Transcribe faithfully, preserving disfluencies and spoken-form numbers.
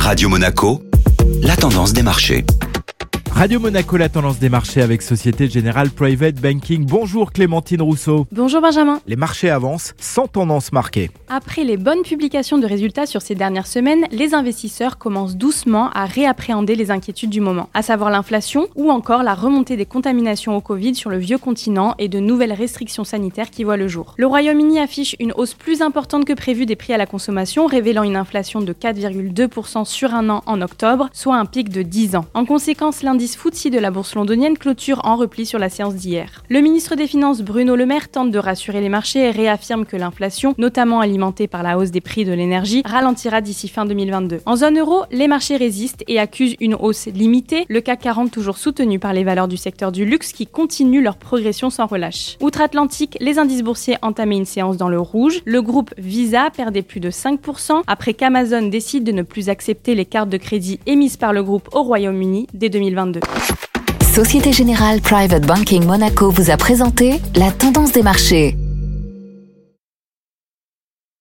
Radio Monaco, la tendance des marchés. Radio Monaco, la tendance des marchés avec Société Générale Private Banking. Bonjour Clémentine Rousseau. Bonjour Benjamin. Les marchés avancent sans tendance marquée. Après les bonnes publications de résultats sur ces dernières semaines, les investisseurs commencent doucement à réappréhender les inquiétudes du moment, à savoir l'inflation ou encore la remontée des contaminations au Covid sur le vieux continent et de nouvelles restrictions sanitaires qui voient le jour. Le Royaume-Uni affiche une hausse plus importante que prévue des prix à la consommation, révélant une inflation de quatre virgule deux pour cent sur un an en octobre, soit un pic de dix ans. En conséquence, l'indice F T S E de la bourse londonienne clôture en repli sur la séance d'hier. Le ministre des Finances Bruno Le Maire tente de rassurer les marchés et réaffirme que l'inflation, notamment alimentée par la hausse des prix de l'énergie, ralentira d'ici fin deux mille vingt-deux. En zone euro, les marchés résistent et accusent une hausse limitée, le C A C quarante toujours soutenu par les valeurs du secteur du luxe qui continuent leur progression sans relâche. Outre-Atlantique, les indices boursiers entamaient une séance dans le rouge. Le groupe Visa perdait plus de cinq pour cent après qu'Amazon décide de ne plus accepter les cartes de crédit émises par le groupe au Royaume-Uni dès deux mille vingt-deux. Société Générale Private Banking Monaco vous a présenté la tendance des marchés.